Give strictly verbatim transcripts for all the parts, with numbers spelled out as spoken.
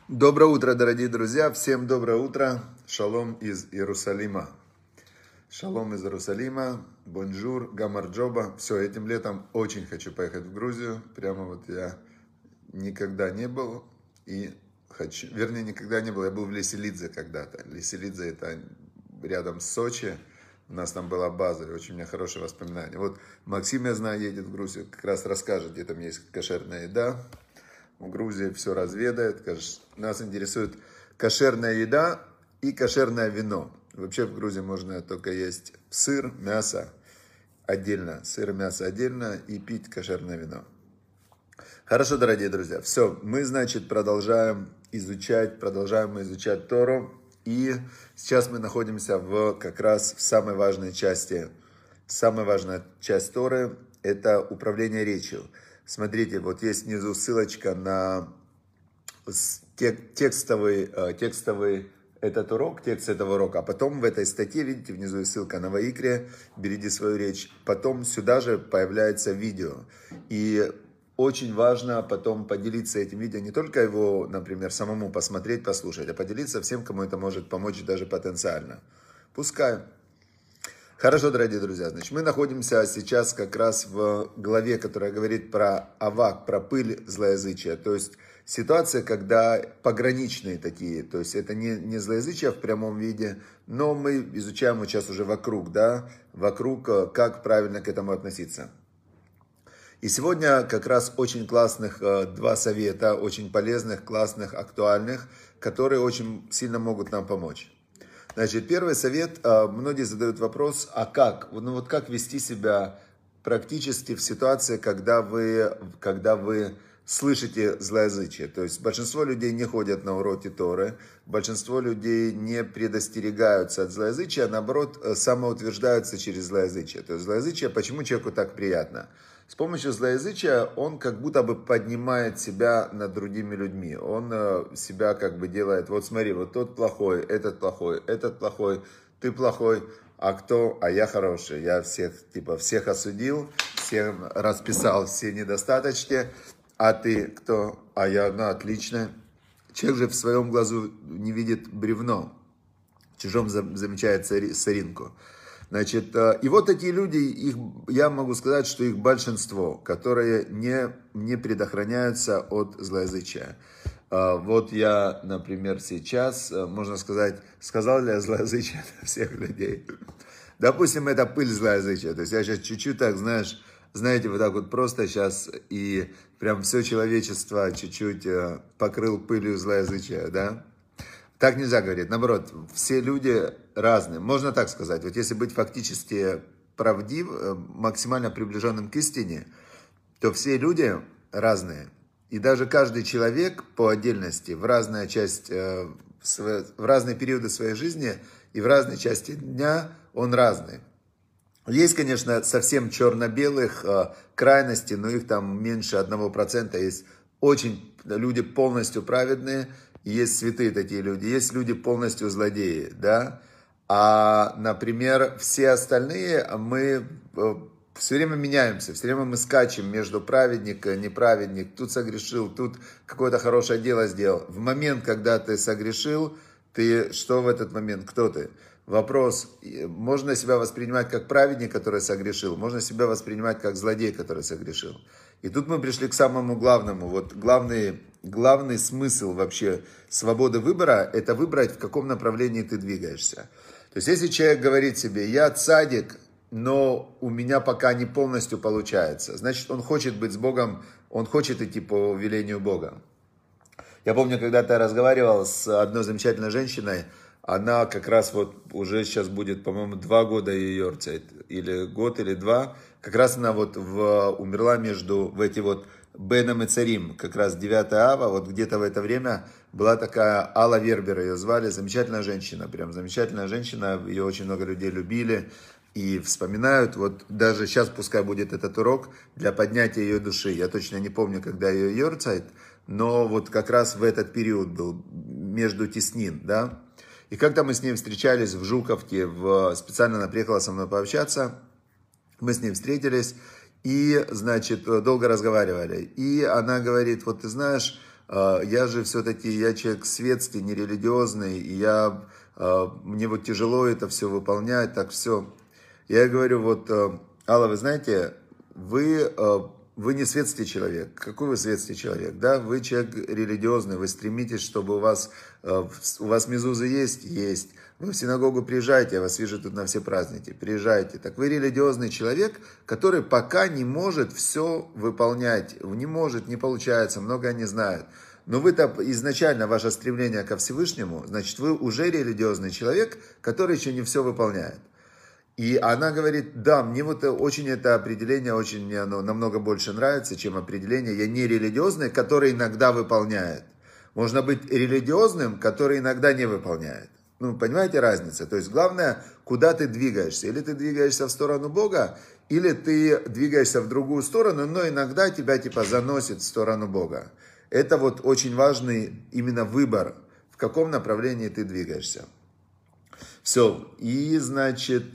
Доброе утро, дорогие друзья! Всем доброе утро! Шалом из Иерусалима. Шалом из Иерусалима. Бонжур, гамарджоба. Все, этим летом очень хочу поехать в Грузию. Прямо вот я никогда не был. И хочу, вернее, никогда не был. Я был в Леселидзе когда-то. Леселидзе это рядом с Сочи. У нас там была база, и очень у меня хорошие воспоминания. Вот Максим, я знаю, едет в Грузию, как раз расскажет, где там есть кошерная еда. В Грузии все разведает. Нас интересует кошерная еда и кошерное вино. Вообще в Грузии можно только есть сыр, мясо отдельно, сыр, мясо отдельно и пить кошерное вино. Хорошо, дорогие друзья. Все, мы, значит, продолжаем изучать, продолжаем изучать Тору. И сейчас мы находимся в как раз в самой важной части. Самая важная часть Торы – это управление речью. Смотрите, вот есть внизу ссылочка на текстовый, текстовый этот урок, текст этого урока. А потом в этой статье, видите, внизу есть ссылка на Ваикре, берите свою речь. Потом сюда же появляется видео. И очень важно потом поделиться этим видео, не только его, например, самому посмотреть, послушать, а поделиться всем, кому это может помочь даже потенциально. Пускай. Хорошо, дорогие друзья, значит, мы находимся сейчас как раз в главе, которая говорит про авак, про пыль злоязычия. То есть ситуация, когда пограничные такие, то есть это не, не злоязычие в прямом виде, но мы изучаем вот сейчас уже вокруг, да, вокруг, как правильно к этому относиться. И сегодня как раз очень классных два совета, очень полезных, классных, актуальных, которые очень сильно могут нам помочь. Значит, первый совет, многие задают вопрос, а как? Ну вот как вести себя практически в ситуации, когда вы, когда вы слышите злоязычие? То есть большинство людей не ходят на уроки Торы, большинство людей не предостерегаются от злоязычия, а наоборот самоутверждаются через злоязычие. То есть злоязычие, почему человеку так приятно? С помощью злоязычия он как будто бы поднимает себя над другими людьми. Он себя как бы делает, вот смотри, вот тот плохой, этот плохой, этот плохой, ты плохой, а кто? А я хороший. Я всех, типа, всех осудил, всем расписал все недостаточки, а ты кто? А я, ну, отлично. Человек же в своем глазу не видит бревно, в чужом замечает соринку. Значит, и вот такие люди, их, я могу сказать, что их большинство, которые не, не предохраняются от злоязычия. Вот я, например, сейчас, можно сказать, сказал ли я злоязычие всех людей? Допустим, это пыль злоязычия. То есть я сейчас чуть-чуть так, знаешь, знаете, вот так вот просто сейчас и прям все человечество чуть-чуть покрыл пылью злоязычия, да? Так нельзя говорить. Наоборот, все люди разные. Можно так сказать. Вот если быть фактически правдив, максимально приближенным к истине, то все люди разные. И даже каждый человек по отдельности в разная часть, в разные периоды своей жизни и в разной части дня он разный. Есть, конечно, совсем черно-белых крайностей, но их там меньше одного процента. Есть очень люди полностью праведные. Есть святые такие люди, есть люди полностью злодеи, да, а, например, все остальные, мы все время меняемся, все время мы скачем между праведник и неправедник, тут согрешил, тут какое-то хорошее дело сделал. В момент, когда ты согрешил, ты что в этот момент, кто ты? Вопрос, можно себя воспринимать как праведник, который согрешил, можно себя воспринимать как злодей, который согрешил. И тут мы пришли к самому главному. Вот главный, главный смысл вообще свободы выбора – это выбрать, в каком направлении ты двигаешься. То есть, если человек говорит себе, я цадик, но у меня пока не полностью получается, значит, он хочет быть с Богом, он хочет идти по велению Бога. Я помню, когда-то я разговаривал с одной замечательной женщиной, она как раз вот уже сейчас будет, по-моему, два года ее йорцайт, или год, или два. Как раз она вот в, умерла между в эти вот Беном и Царим, как раз девятое ава, вот где-то в это время была такая Алла Вербер, ее звали, замечательная женщина, прям замечательная женщина, ее очень много людей любили и вспоминают. Вот даже сейчас пускай будет этот урок для поднятия ее души. Я точно не помню, когда ее йорцайт, но вот как раз в этот период был между теснин, да. И когда мы с ней встречались в Жуковке, в... специально она приехала со мной пообщаться, мы с ней встретились и, значит, долго разговаривали. И она говорит, вот ты знаешь, я же все-таки, я человек светский, нерелигиозный, и я, мне вот тяжело это все выполнять, так все. Я говорю, вот, Алла, вы знаете, вы, вы не светский человек. Какой вы светский человек? Да, вы человек религиозный, вы стремитесь, чтобы у вас, у вас мезузы есть? Есть. Вы в синагогу приезжаете, я вас вижу тут на все праздники, приезжайте. Так вы религиозный человек, который пока не может все выполнять, не может, не получается, многое не знает. Но вы-то изначально, ваше стремление ко Всевышнему, значит, вы уже религиозный человек, который еще не все выполняет. И она говорит, да, мне вот очень это определение, очень мне оно намного больше нравится, чем определение «я не религиозный», который иногда выполняет. Можно быть религиозным, который иногда не выполняет. Ну, понимаете разницу? То есть, главное, куда ты двигаешься. Или ты двигаешься в сторону Бога, или ты двигаешься в другую сторону, но иногда тебя типа заносит в сторону Бога. Это вот очень важный именно выбор, в каком направлении ты двигаешься. Все. И, значит,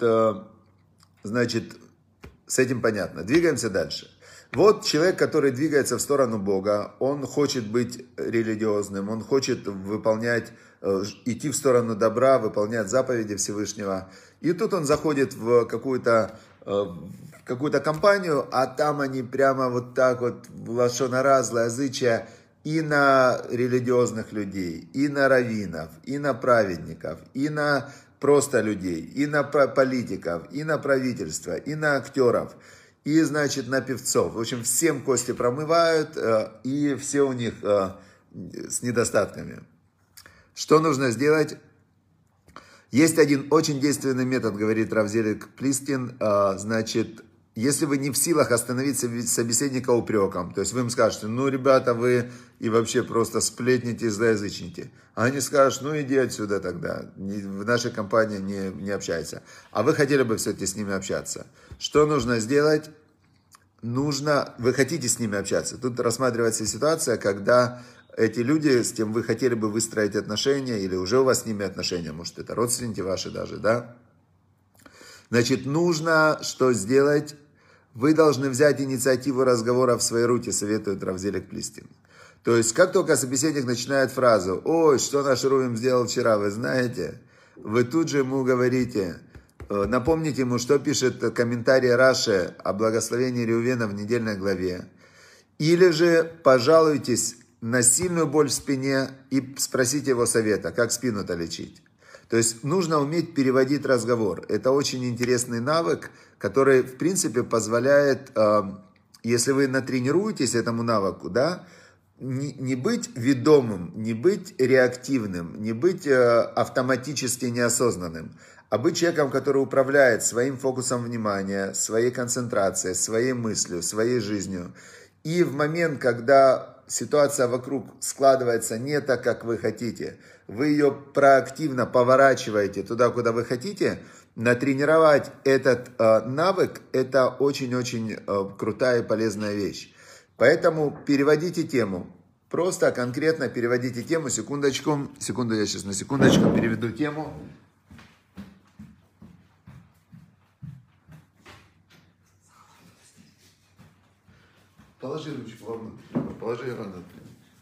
значит, с этим понятно. Двигаемся дальше. Вот человек, который двигается в сторону Бога, он хочет быть религиозным, он хочет выполнять, идти в сторону добра, выполнять заповеди Всевышнего. И тут он заходит в какую-то, какую-то компанию, а там они прямо вот так вот, лашон ара, злоязычие, и на религиозных людей, и на раввинов, и на праведников, и на просто людей, и на политиков, и на правительство, и на актеров. И, значит, на певцов. В общем, всем кости промывают, и все у них с недостатками. Что нужно сделать? Есть один очень действенный метод, говорит Рав Зелик Плистин. Значит, если вы не в силах остановить собеседника упреком, то есть вы им скажете, ну, ребята, вы и вообще просто сплетните и злоязычните. А они скажут, ну, иди отсюда тогда, в нашей компании не, не общайся. А вы хотели бы все-таки с ними общаться. Что нужно сделать? Нужно, вы хотите с ними общаться. Тут рассматривается ситуация, когда эти люди, с кем вы хотели бы выстроить отношения, или уже у вас с ними отношения, может, это родственники ваши даже, да? Значит, нужно что сделать? Вы должны взять инициативу разговора в свои руки, советует Рав Зелик Плистин. То есть, как только собеседник начинает фразу, ой, что наш Рувим сделал вчера, вы знаете, вы тут же ему говорите, напомните ему, что пишет комментарий Раши о благословении Реувена в недельной главе. Или же пожалуйтесь на сильную боль в спине и спросите его совета, как спину-то лечить. То есть нужно уметь переводить разговор. Это очень интересный навык, который, в принципе, позволяет, если вы натренируетесь этому навыку, да, не, не быть ведомым, не быть реактивным, не быть автоматически неосознанным, а быть человеком, который управляет своим фокусом внимания, своей концентрацией, своей мыслью, своей жизнью. И в момент, когда ситуация вокруг складывается не так, как вы хотите, вы ее проактивно поворачиваете туда, куда вы хотите, натренировать этот э, навык, это очень-очень э, крутая и полезная вещь. Поэтому переводите тему. Просто конкретно переводите тему. Секундочку. Секунду, я сейчас на секундочку переведу тему. Положи ручку вовнутрь. Положи ее вовнутрь.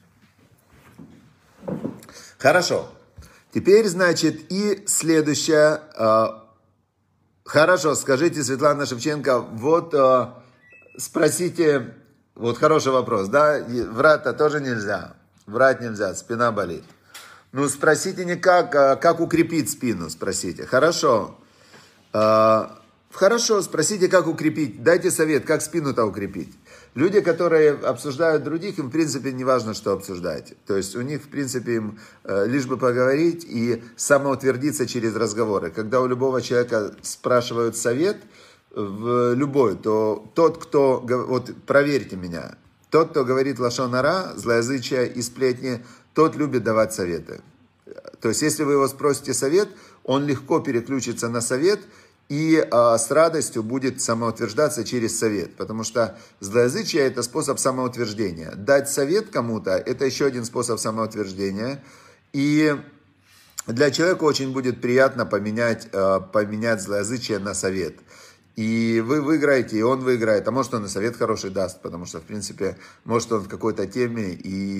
Хорошо. Теперь, значит, и следующее. Э, хорошо, скажите, Светлана Шевченко, вот э, спросите, вот хороший вопрос, да? Врать-то тоже нельзя. Врать нельзя, спина болит. Ну, спросите не как, а как укрепить спину, спросите. Хорошо. Э, хорошо, спросите, как укрепить. Дайте совет, как спину-то укрепить. Люди, которые обсуждают других, им, в принципе, не важно, что обсуждать. То есть, у них, в принципе, им э, лишь бы поговорить и самоутвердиться через разговоры. Когда у любого человека спрашивают совет, в любой, то тот, кто, вот проверьте меня, тот, кто говорит лашон ара, злоязычие и сплетни, тот любит давать советы. То есть, если вы его спросите совет, он легко переключится на совет, и а, с радостью будет самоутверждаться через совет. Потому что злоязычие – это способ самоутверждения. Дать совет кому-то – это еще один способ самоутверждения. И для человека очень будет приятно поменять, а, поменять злоязычие на совет. И вы выиграете, и он выиграет. А может, он и совет хороший даст, потому что, в принципе, может, он в какой-то теме и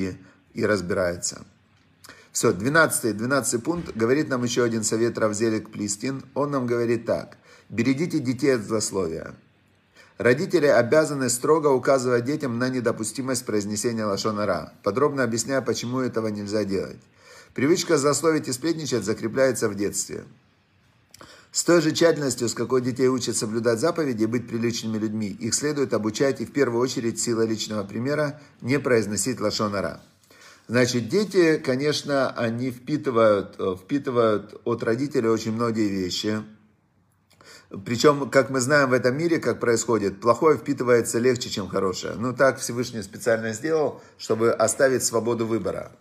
и разбирается. Все, двенадцатый, двенадцатый пункт говорит нам еще один совет Рав Зелик Плистин. Он нам говорит так. Берегите детей от злословия. Родители обязаны строго указывать детям на недопустимость произнесения лашон ара, подробно объясняя, почему этого нельзя делать. Привычка злословить и сплетничать закрепляется в детстве. С той же тщательностью, с какой детей учат соблюдать заповеди и быть приличными людьми, их следует обучать и в первую очередь сила личного примера не произносить лашон ара. Значит, дети, конечно, они впитывают, впитывают от родителей очень многие вещи. Причем, как мы знаем в этом мире, как происходит, плохое впитывается легче, чем хорошее. Ну, так Всевышний специально сделал, чтобы оставить свободу выбора.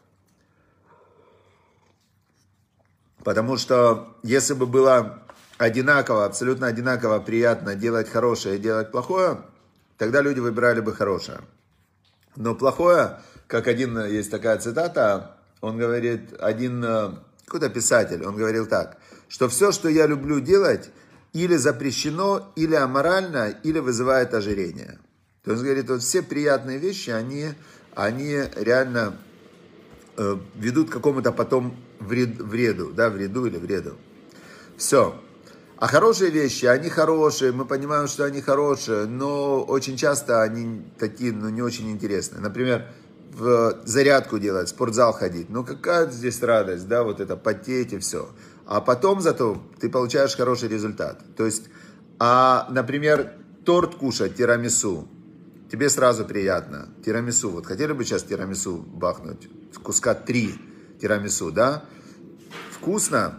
Потому что, если бы было одинаково, абсолютно одинаково приятно делать хорошее и делать плохое, тогда люди выбирали бы хорошее. Но плохое, как один, есть такая цитата, он говорит, один какой-то писатель, он говорил так, что все, что я люблю делать, или запрещено, или аморально, или вызывает ожирение. То есть, он говорит, вот все приятные вещи, они, они реально э, ведут к какому-то потом вред, вреду, да, вреду или вреду. Все. А хорошие вещи, они хорошие, мы понимаем, что они хорошие, но очень часто они такие, ну, не очень интересные. Например, в зарядку делать, в спортзал ходить. Ну, какая здесь радость, да, вот это потеть и все. А потом зато ты получаешь хороший результат. То есть, а, например, торт кушать, тирамису, тебе сразу приятно. Тирамису, вот хотели бы сейчас тирамису бахнуть? Куска три тирамису, да? Вкусно.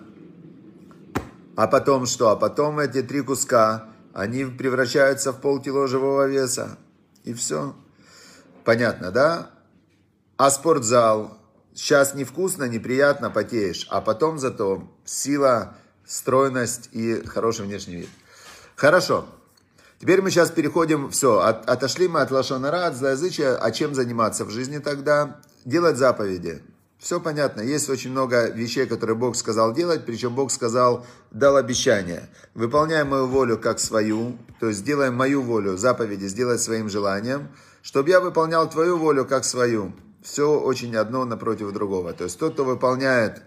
А потом что? А потом эти три куска, они превращаются в полкило живого веса. И все. Понятно, да? А спортзал? Сейчас невкусно, неприятно, потеешь. А потом зато сила, стройность и хороший внешний вид. Хорошо. Теперь мы сейчас переходим, все, от, отошли мы от лашон ара, от злоязычия. А чем заниматься в жизни тогда? Делать заповеди. Все понятно. Есть очень много вещей, которые Бог сказал делать. Причем Бог сказал, дал обещание. Выполняй мою волю как свою. То есть делай мою волю, заповеди, сделай своим желанием. Чтобы я выполнял твою волю как свою. Все очень одно напротив другого. То есть тот, кто выполняет,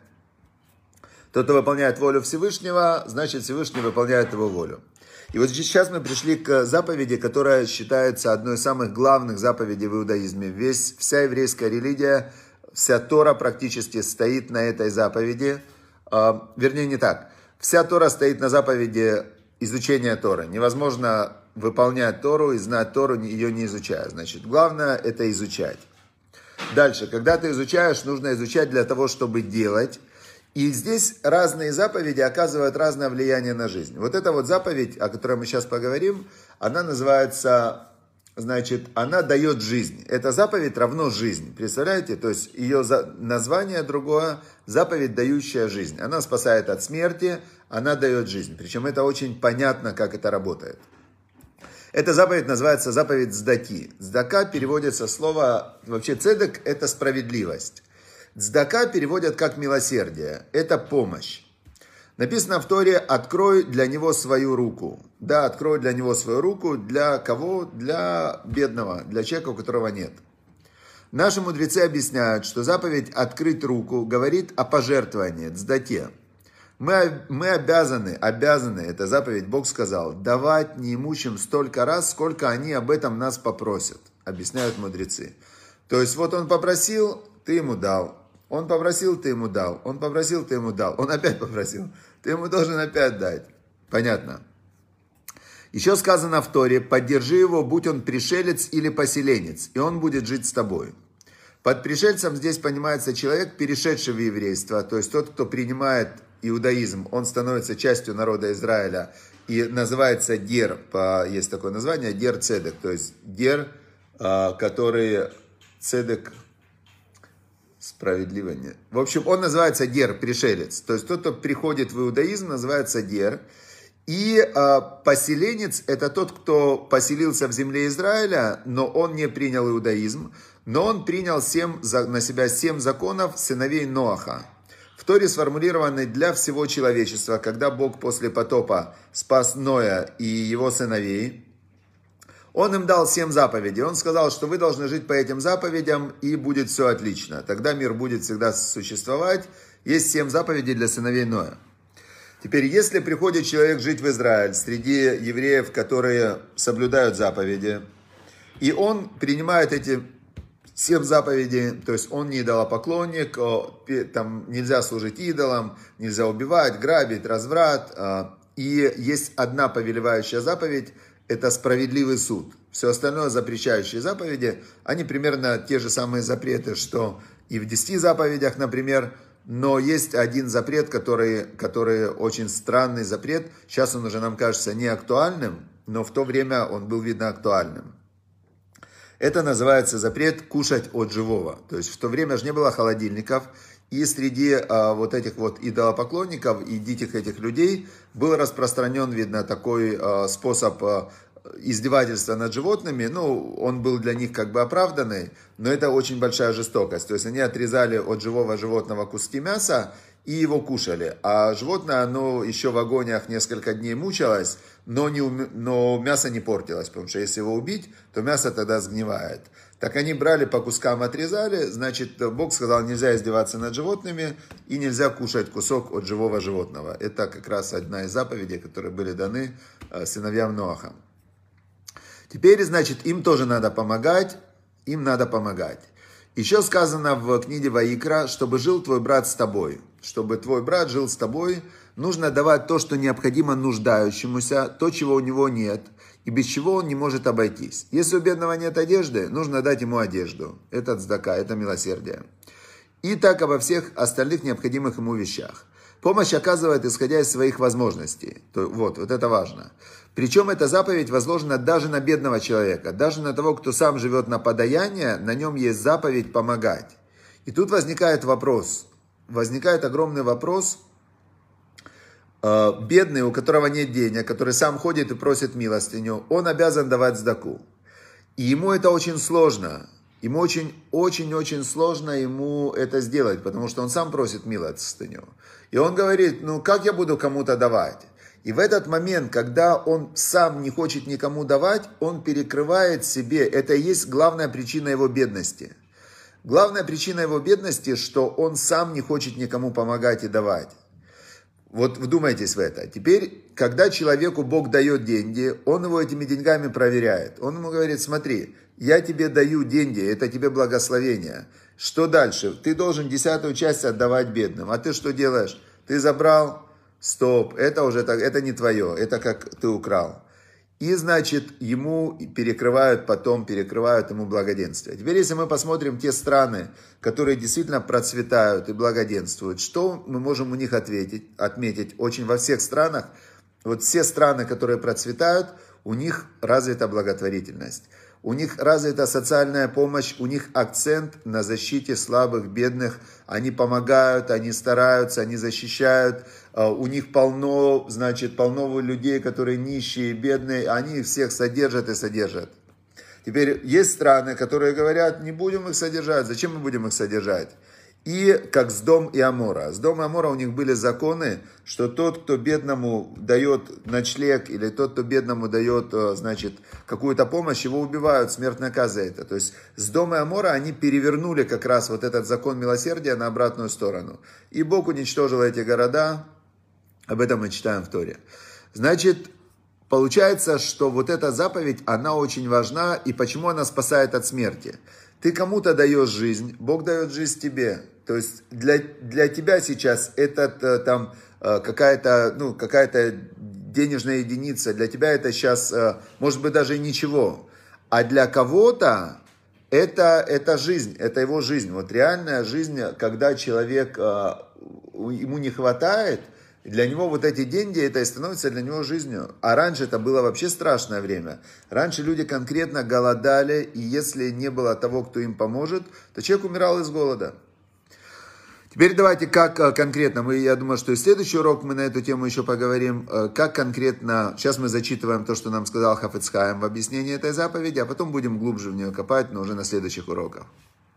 тот, кто выполняет волю Всевышнего, значит Всевышний выполняет его волю. И вот сейчас мы пришли к заповеди, которая считается одной из самых главных заповедей в иудаизме. Весь, вся еврейская религия, вся Тора практически стоит на этой заповеди. А, вернее, не так. Вся Тора стоит на заповеди изучения Торы. Невозможно выполнять Тору и знать Тору, ее не изучая. Значит, главное это изучать. Дальше, когда ты изучаешь, нужно изучать для того, чтобы делать. И здесь разные заповеди оказывают разное влияние на жизнь. Вот эта вот заповедь, о которой мы сейчас поговорим, она называется, значит, она дает жизнь. Эта заповедь равно жизнь. Представляете? То есть ее название другое, заповедь, дающая жизнь. Она спасает от смерти, она дает жизнь. Причем это очень понятно, как это работает. Эта заповедь называется заповедь цдаки. Цдака переводится слово, вообще цедек это справедливость. Цдака переводят как милосердие, это помощь. Написано в Торе, открой для него свою руку. Да, открой для него свою руку, для кого? Для бедного, для человека, у которого нет. Наши мудрецы объясняют, что заповедь открыть руку говорит о пожертвовании, цдаке. Мы, мы обязаны, обязаны, это заповедь, Бог сказал, давать неимущим столько раз, сколько они об этом нас попросят, объясняют мудрецы. То есть вот он попросил, ты ему дал. Он попросил, ты ему дал. Он попросил, ты ему дал. Он опять попросил. Ты ему должен опять дать. Понятно. Еще сказано в Торе, поддержи его, будь он пришелец или поселенец, и он будет жить с тобой. Под пришельцем здесь понимается человек, перешедший в еврейство, то есть тот, кто принимает иудаизм, он становится частью народа Израиля и называется гер, по, есть такое название, гер цедек, то есть гер, который цедек, справедливо нет. В общем, он называется гер, пришелец, то есть тот, кто приходит в иудаизм, называется гер. И э, поселенец это тот, кто поселился в земле Израиля, но он не принял иудаизм, но он принял семь, на себя семь законов сыновей Ноаха. В Торе сформулированы для всего человечества, когда Бог после потопа спас Ноя и его сыновей, Он им дал семь заповедей. Он сказал, что вы должны жить по этим заповедям, и будет все отлично. Тогда мир будет всегда существовать. Есть семь заповедей для сыновей Ноя. Теперь, если приходит человек жить в Израиль среди евреев, которые соблюдают заповеди, и он принимает эти семь заповедей, то есть он не идолопоклонник, там нельзя служить идолам, нельзя убивать, грабить, разврат, и есть одна повелевающая заповедь, это справедливый суд. Все остальное, запрещающие заповеди, они примерно те же самые запреты, что и в десяти заповедях, например, но есть один запрет, который, который очень странный запрет. Сейчас он уже нам кажется не актуальным, но в то время он был, видно, актуальным. Это называется запрет кушать от живого. То есть в то время же не было холодильников, и среди а, вот этих вот идолопоклонников и диких этих людей был распространен, видно, такой а, способ а, издевательства над животными. Ну, он был для них как бы оправданный, но это очень большая жестокость. То есть они отрезали от живого животного куски мяса и его кушали. А животное, оно еще в агониях несколько дней мучилось, но, не, но мясо не портилось, потому что если его убить, то мясо тогда сгнивает. Так они брали по кускам, отрезали, значит, Бог сказал, нельзя издеваться над животными и нельзя кушать кусок от живого животного. Это как раз одна из заповедей, которые были даны сыновьям Ноаха. Теперь, значит, им тоже надо помогать, им надо помогать. Еще сказано в книге Ваикра, чтобы жил твой брат с тобой. Чтобы твой брат жил с тобой, нужно давать то, что необходимо нуждающемуся, то, чего у него нет, и без чего он не может обойтись. Если у бедного нет одежды, нужно дать ему одежду. Это цдака, это милосердие. И так обо всех остальных необходимых ему вещах. Помощь оказывает, исходя из своих возможностей. То, вот, вот это важно. Причем эта заповедь возложена даже на бедного человека, даже на того, кто сам живет на подаяние, на нем есть заповедь помогать. И тут возникает вопрос, возникает огромный вопрос, бедный, у которого нет денег, который сам ходит и просит милостыню, он обязан давать цдаку. И ему это очень сложно, ему очень-очень-очень сложно ему это сделать, потому что он сам просит милостыню. И он говорит, ну как я буду кому-то давать? И в этот момент, когда он сам не хочет никому давать, он перекрывает себе, это и есть главная причина его бедности. Главная причина его бедности, что он сам не хочет никому помогать и давать. Вот вдумайтесь в это. Теперь, когда человеку Бог дает деньги, он его этими деньгами проверяет. Он ему говорит, смотри, я тебе даю деньги, это тебе благословение. Что дальше? Ты должен десятую часть отдавать бедным. А ты что делаешь? Ты забрал... Стоп, это уже так, это не твое, это как ты украл. И, значит, ему перекрывают потом, перекрывают ему благоденствие. Теперь, если мы посмотрим те страны, которые действительно процветают и благоденствуют, что мы можем у них ответить, отметить? Очень во всех странах, вот все страны, которые процветают, у них развита благотворительность. У них развита социальная помощь, у них акцент на защите слабых, бедных. Они помогают, они стараются, они защищают. У них полно, значит, полно людей, которые нищие, бедные. Они их всех содержат и содержат. Теперь есть страны, которые говорят, не будем их содержать. Зачем мы будем их содержать? И как Сдом и Амора. Сдом и Амора, у них были законы, что тот, кто бедному дает ночлег, или тот, кто бедному дает, значит, какую-то помощь, его убивают, смертная казнь за это. То есть Сдом и Амора, они перевернули как раз вот этот закон милосердия на обратную сторону. И Бог уничтожил эти города, об этом мы читаем в Торе. Значит, получается, что вот эта заповедь, она очень важна, и почему она спасает от смерти? Ты кому-то даешь жизнь, Бог дает жизнь тебе. То есть для, для тебя сейчас это там какая-то, ну, какая-то денежная единица, для тебя это сейчас, может быть, даже ничего. А для кого-то это, это жизнь, это его жизнь. Вот реальная жизнь, когда человек, ему не хватает, для него вот эти деньги, это и становится для него жизнью. А раньше это было вообще страшное время. Раньше люди конкретно голодали, и если не было того, кто им поможет, то человек умирал из голода. Теперь давайте, как конкретно, мы, я думаю, что и следующий урок мы на эту тему еще поговорим, как конкретно, сейчас мы зачитываем то, что нам сказал Хафец Хаим в объяснении этой заповеди, а потом будем глубже в нее копать, но уже на следующих уроках.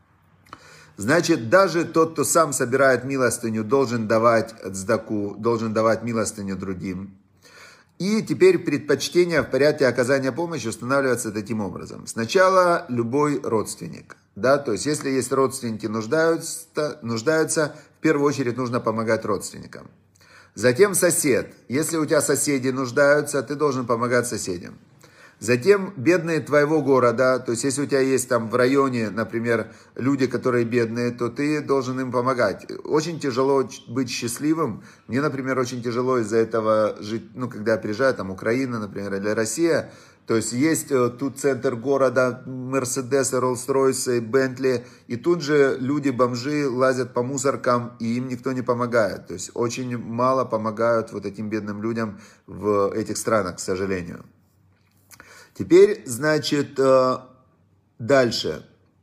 Значит, даже тот, кто сам собирает милостыню, должен давать цдаку, должен давать милостыню другим. И теперь предпочтение в порядке оказания помощи устанавливается таким образом. Сначала любой родственник. Да, то есть, если есть родственники, нуждаются, нуждаются, в первую очередь нужно помогать родственникам. Затем сосед. Если у тебя соседи нуждаются, ты должен помогать соседям. Затем бедные твоего города, то есть если у тебя есть там в районе, например, люди, которые бедные, то ты должен им помогать. Очень тяжело быть счастливым. Мне, например, очень тяжело из-за этого жить, ну, когда я приезжаю, там, Украина, например, или Россия. То есть есть тут центр города, Мерседесы, Роллс-Ройсы, Бентли, и тут же люди-бомжи лазят по мусоркам, и им никто не помогает. То есть очень мало помогают вот этим бедным людям в этих странах, к сожалению. Теперь, значит, дальше.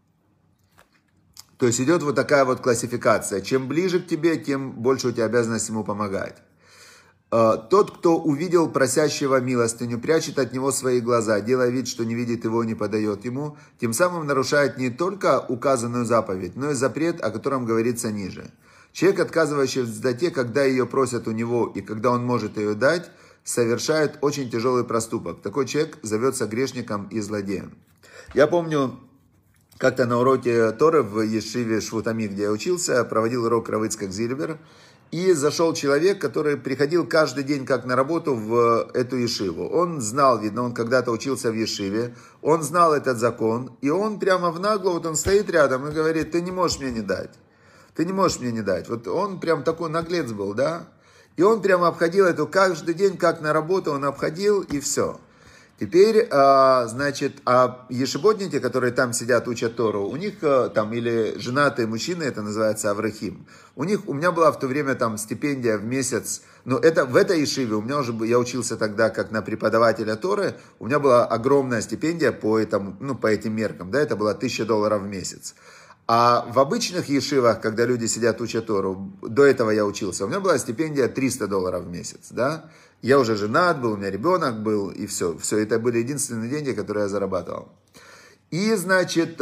То есть идет вот такая вот классификация. Чем ближе к тебе, тем больше у тебя обязанность ему помогать. Тот, кто увидел просящего милостыню, прячет от него свои глаза, делая вид, что не видит его, не подает ему, тем самым нарушает не только указанную заповедь, но и запрет, о котором говорится ниже. Человек, отказывающий в сдате, когда ее просят у него и когда он может ее дать, совершает очень тяжелый проступок. Такой человек зовется грешником и злодеем. Я помню, как-то на уроке Торы в Ешиве Швутами, где я учился, проводил урок Рав Ицхак Зильбер, и зашел человек, который приходил каждый день как на работу в эту Ешиву. Он знал, видно, он когда-то учился в Ешиве, он знал этот закон, и он прямо в нагло, вот он стоит рядом и говорит: ты не можешь мне не дать, ты не можешь мне не дать. Вот он прям такой наглец был, да? И он прямо обходил эту каждый день, как на работу, он обходил, и все. Теперь, значит, а ешеботники, которые там сидят, учат Тору, у них там, или женатые мужчины, это называется аврахим, у них, у меня была в то время там стипендия в месяц, но это в этой ешиве, у меня уже, я учился тогда как на преподавателя Торы, у меня была огромная стипендия по этому, ну, по этим меркам, да, это была тысяча долларов в месяц. А в обычных ешивах, когда люди сидят, учат Тору, до этого я учился, у меня была стипендия триста долларов в месяц, да. Я уже женат был, у меня ребенок был, и все. Все, это были единственные деньги, которые я зарабатывал. И, значит,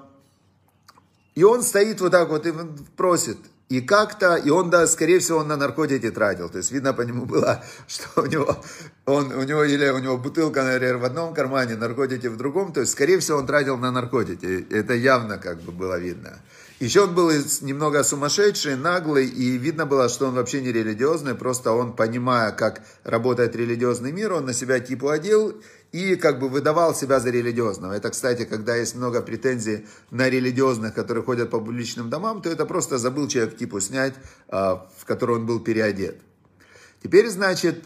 и он стоит вот так вот и просит. И как-то, и он, да, скорее всего, он на наркотики тратил. То есть, видно по нему было, что у него, он, у него, или у него бутылка, наверное, в одном кармане, наркотики в другом. То есть, скорее всего, он тратил на наркотики. Это явно как бы было видно. Еще он был немного сумасшедший, наглый, и видно было, что он вообще не религиозный, просто он, понимая, как работает религиозный мир, он на себя типу одел и как бы выдавал себя за религиозного. Это, кстати, когда есть много претензий на религиозных, которые ходят по публичным домам, то это просто забыл человек типу снять, в который он был переодет. Теперь, значит,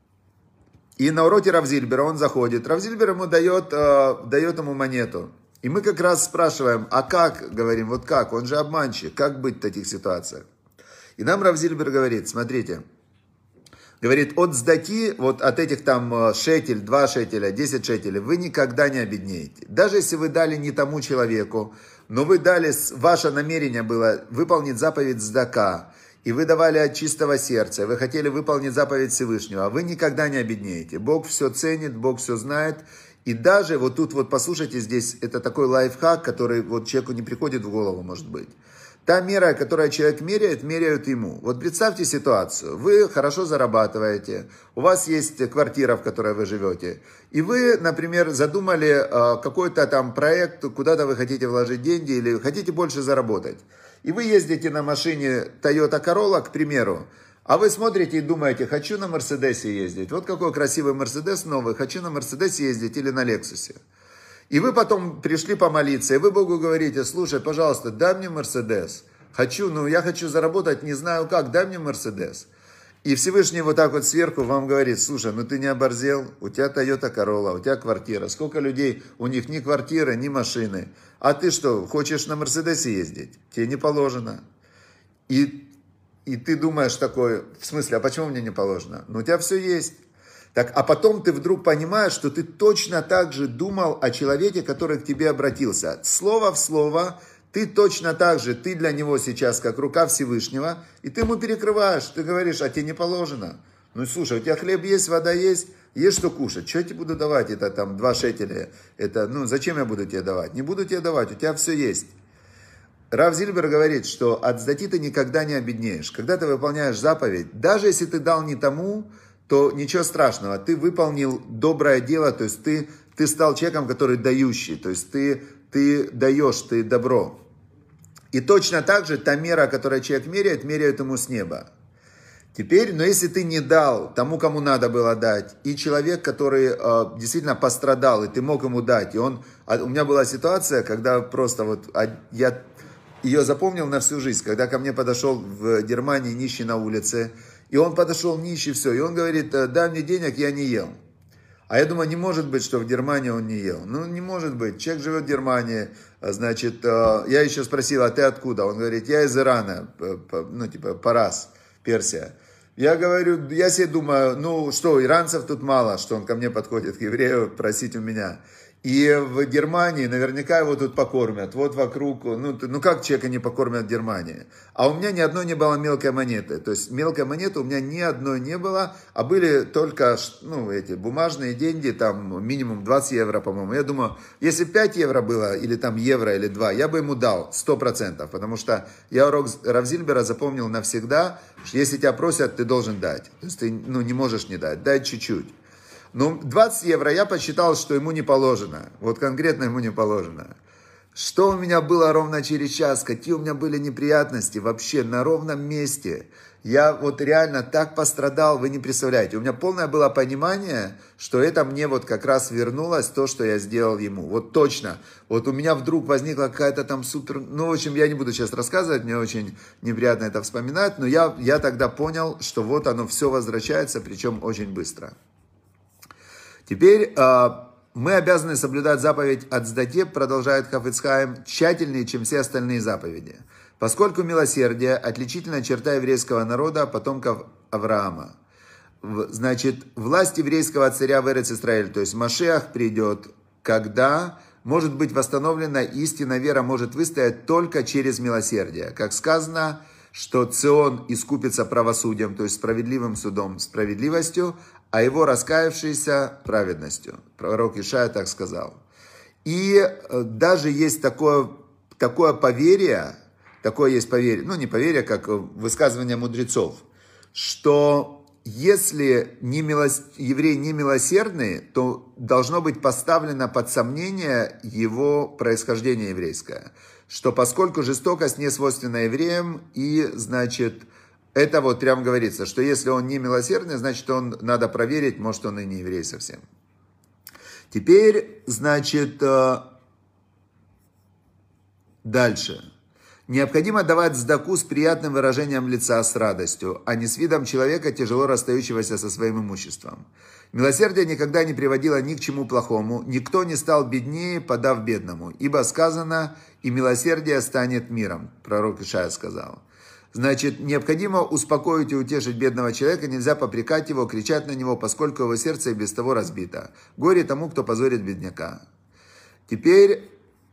и на уроке Рав Зильбера он заходит, Рав Зильбер ему дает, дает ему монету. И мы как раз спрашиваем, а как, говорим, вот как, он же обманщик, как быть в таких ситуациях? И нам Рав Зильбер говорит, смотрите, говорит, от сдаки, вот от этих там шекель, два шекеля, десять шекелей, вы никогда не обеднеете. Даже если вы дали не тому человеку, но вы дали, ваше намерение было выполнить заповедь сдака, и вы давали от чистого сердца, вы хотели выполнить заповедь Всевышнего, вы никогда не обеднеете. Бог все ценит, Бог все знает. И даже вот тут вот послушайте здесь, это такой лайфхак, который вот человеку не приходит в голову, может быть. Та мера, которую человек меряет, меряют ему. Вот представьте ситуацию. Вы хорошо зарабатываете, у вас есть квартира, в которой вы живете. И вы, например, задумали какой-то там проект, куда-то вы хотите вложить деньги или хотите больше заработать. И вы ездите на машине Toyota Corolla, к примеру. А вы смотрите и думаете, хочу на Мерседесе ездить. Вот какой красивый Мерседес новый, хочу на Мерседесе ездить или на Лексусе. И вы потом пришли помолиться, и вы Богу говорите, слушай, пожалуйста, дай мне Мерседес. Хочу, ну я хочу заработать, не знаю как, дай мне Мерседес. И Всевышний вот так вот сверху вам говорит, слушай, ну ты не оборзел, у тебя Toyota Corolla, у тебя квартира. Сколько людей, у них ни квартиры, ни машины. А ты что, хочешь на Мерседесе ездить? Тебе не положено. И... И ты думаешь такой, в смысле, а почему мне не положено? Ну, у тебя все есть. Так, а потом ты вдруг понимаешь, что ты точно так же думал о человеке, который к тебе обратился. Слово в слово, ты точно так же, ты для него сейчас как рука Всевышнего, и ты ему перекрываешь, ты говоришь, а тебе не положено. Ну, слушай, у тебя хлеб есть, вода есть, есть что кушать. Что я тебе буду давать? Это там два шекеля. Это, ну, зачем я буду тебе давать? Не буду тебе давать, у тебя все есть. Рав Зильбер говорит, что от сдати ты никогда не обеднеешь. Когда ты выполняешь заповедь, даже если ты дал не тому, то ничего страшного. Ты выполнил доброе дело, то есть ты, ты стал человеком, который дающий, то есть ты, ты даешь, ты добро. И точно так же та мера, которую человек меряет, меряют ему с неба. Теперь, но если ты не дал тому, кому надо было дать, и человек, который э, действительно пострадал, и ты мог ему дать, и он, а у меня была ситуация, когда просто вот, а, я ее запомнил на всю жизнь, когда ко мне подошел в Германии нищий на улице, и он подошел нищий, все, и он говорит, дай мне денег, я не ел. А я думаю, не может быть, что в Германии он не ел. Ну, не может быть, человек живет в Германии, значит, э, я еще спросил, а ты откуда? Он говорит, я из Ирана, ну, типа, Парас, Персия. Я говорю, я себе думаю, ну что, иранцев тут мало, что он ко мне подходит, к еврею, просить у меня. И в Германии наверняка его тут покормят. Вот вокруг, ну, ну как человека не покормят в Германии? А у меня ни одной не было мелкой монеты. То есть мелкой монеты у меня ни одной не было, а были только, ну, эти бумажные деньги, там минимум двадцать евро, по-моему. Я думаю, если пять евро было, или там евро, или два, я бы ему дал сто процентов. Потому что я урок Рав Зильбера запомнил навсегда, что если тебя просят, ты должен дать. То есть ты, ну, не можешь не дать, дай чуть-чуть. Ну, двадцать евро я посчитал, что ему не положено. Вот конкретно ему не положено. Что у меня было ровно через час? Какие у меня были неприятности вообще на ровном месте? Я вот реально так пострадал, вы не представляете. У меня полное было понимание, что это мне вот как раз вернулось то, что я сделал ему. Вот точно. Вот у меня вдруг возникла какая-то там супер... Ну, в общем, я не буду сейчас рассказывать, мне очень неприятно это вспоминать. Но я, я тогда понял, что вот оно все возвращается, причем очень быстро. Теперь э, мы обязаны соблюдать заповедь от сдате, продолжает Хафец Хаим, тщательнее, чем все остальные заповеди. Поскольку милосердие – отличительная черта еврейского народа, потомков Авраама. Значит, власть еврейского царя в Эрец-Исраэль, то есть Машиах придет, когда может быть восстановлена истинная вера, может выстоять только через милосердие. Как сказано, что Цион искупится правосудием, то есть справедливым судом, справедливостью, а его раскаявшийся праведностью. Пророк Ишая так сказал. И даже есть такое, такое поверье, такое есть поверье, ну не поверье, как высказывание мудрецов, что если не милос, еврей не милосердный, то должно быть поставлено под сомнение его происхождение еврейское. Что поскольку жестокость не свойственна евреям, и, значит, это вот прям говорится, что если он не милосердный, значит, он надо проверить, может, он и не еврей совсем. Теперь, значит, дальше. Необходимо давать сдаку с приятным выражением лица, с радостью, а не с видом человека, тяжело расстающегося со своим имуществом. Милосердие никогда не приводило ни к чему плохому, никто не стал беднее, подав бедному, ибо сказано, и милосердие станет миром, пророк Ишая сказал. Значит, необходимо успокоить и утешить бедного человека, нельзя попрекать его, кричать на него, поскольку его сердце и без того разбито. Горе тому, кто позорит бедняка. Теперь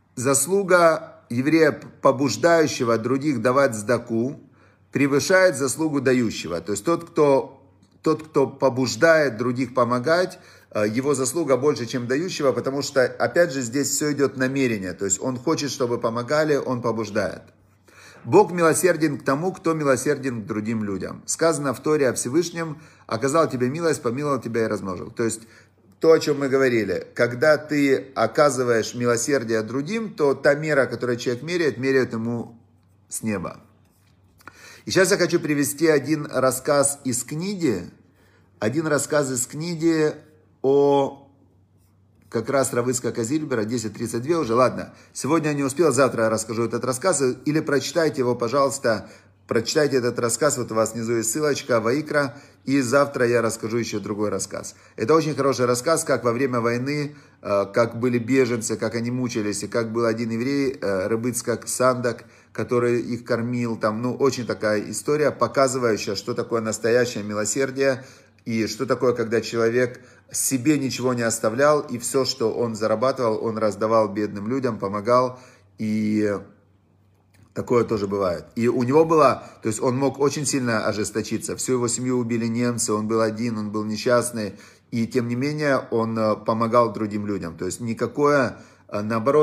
заслуга еврея, побуждающего других давать сдаку, превышает заслугу дающего. То есть тот, кто, тот, кто побуждает других помогать, его заслуга больше, чем дающего, потому что, опять же, здесь все идет намерение. То есть он хочет, чтобы помогали, он побуждает. Бог милосерден к тому, кто милосерден к другим людям. Сказано в Торе о Всевышнем, оказал тебе милость, помиловал тебя и размножил. То есть, то, о чем мы говорили, когда ты оказываешь милосердие другим, то та мера, которую человек меряет, меряет ему с неба. И сейчас я хочу привести один рассказ из книги, один рассказ из книги о... как раз Рав Ицхак Зильбера, десять тридцать два уже, ладно, сегодня я не успел, завтра я расскажу этот рассказ, или прочитайте его, пожалуйста, прочитайте этот рассказ, вот у вас внизу есть ссылочка, Ваикра, и завтра я расскажу еще другой рассказ. Это очень хороший рассказ, как во время войны, как были беженцы, как они мучились, и как был один еврей, Рав Ицхак Сандак, который их кормил, там, ну, очень такая история, показывающая, что такое настоящее милосердие, и что такое, когда человек себе ничего не оставлял, и все, что он зарабатывал, он раздавал бедным людям, помогал, и такое тоже бывает. И у него было, то есть он мог очень сильно ожесточиться, всю его семью убили немцы, он был один, он был несчастный, и тем не менее он помогал другим людям. То есть никакое, наоборот,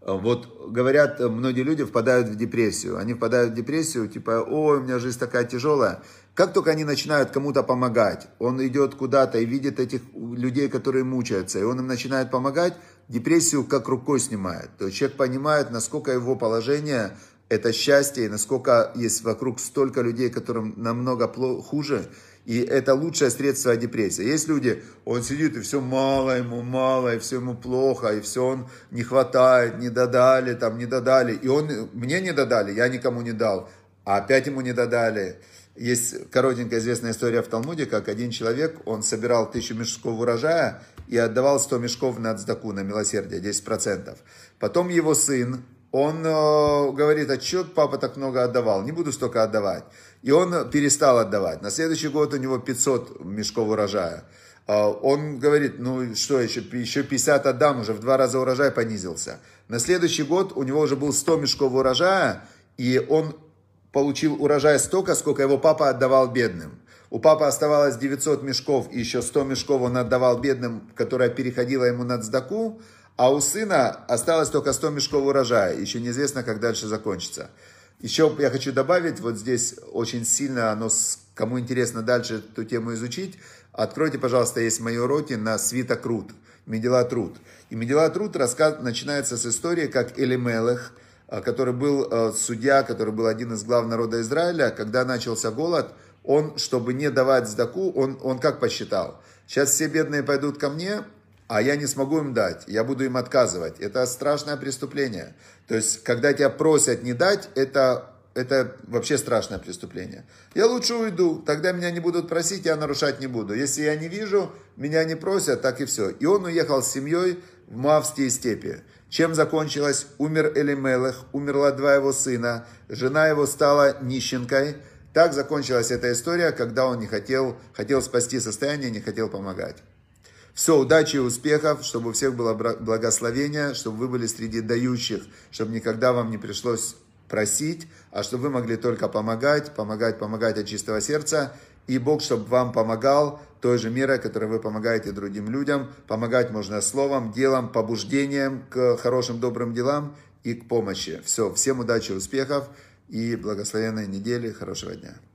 Вот говорят, многие люди впадают в депрессию. Они впадают в депрессию, типа, ой, у меня жизнь такая тяжелая. Как только они начинают кому-то помогать, он идет куда-то и видит этих людей, которые мучаются, и он им начинает помогать, депрессию как рукой снимает. То есть человек понимает, насколько его положение – это счастье, и насколько есть вокруг столько людей, которым намного хуже. И это лучшее средство от депрессии. Есть люди, он сидит, и все мало ему, мало, и все ему плохо, и все он не хватает, не додали, там не додали. И он, мне не додали, я никому не дал, а опять ему не додали. Есть коротенькая известная история в Талмуде, как один человек, он собирал тысячу мешков урожая и отдавал сто мешков на цдаку, на милосердие, десять процентов. Потом его сын, он э, говорит, а что папа так много отдавал, не буду столько отдавать. И он перестал отдавать. На следующий год у него пятьсот мешков урожая. Э, он говорит, ну что, еще, еще пятьдесят отдам, уже в два раза урожай понизился. На следующий год у него уже был сто мешков урожая, и он получил урожай столько, сколько его папа отдавал бедным. У папы оставалось девятьсот мешков, и еще сто мешков он отдавал бедным, которая переходила ему на цдаку. А у сына осталось только сто мешков урожая. Еще неизвестно, как дальше закончится. Еще я хочу добавить, вот здесь очень сильно, оно, кому интересно дальше эту тему изучить, откройте, пожалуйста, есть мои уроки на свиток Рут, Мегилат Рут. И Мегилат Рут рассказ начинается с истории, как Элимелех, который был судья, который был один из глав народа Израиля, когда начался голод, он, чтобы не давать цдаку, он, он как посчитал? Сейчас все бедные пойдут ко мне, а я не смогу им дать, я буду им отказывать. Это страшное преступление. То есть, когда тебя просят не дать, это, это вообще страшное преступление. Я лучше уйду, тогда меня не будут просить, я нарушать не буду. Если я не вижу, меня не просят, так и все. И он уехал с семьей в Моавские степи. Чем закончилось? Умер Элимелех, умерла два его сына, жена его стала нищенкой. Так закончилась эта история, когда он не хотел, хотел спасти состояние, не хотел помогать. Все, удачи и успехов, чтобы у всех было благословение, чтобы вы были среди дающих, чтобы никогда вам не пришлось просить, а чтобы вы могли только помогать, помогать, помогать от чистого сердца. И Бог, чтобы вам помогал той же мерой, которой вы помогаете другим людям. Помогать можно словом, делом, побуждением к хорошим, добрым делам и к помощи. Все, всем удачи, успехов и благословенной недели, хорошего дня.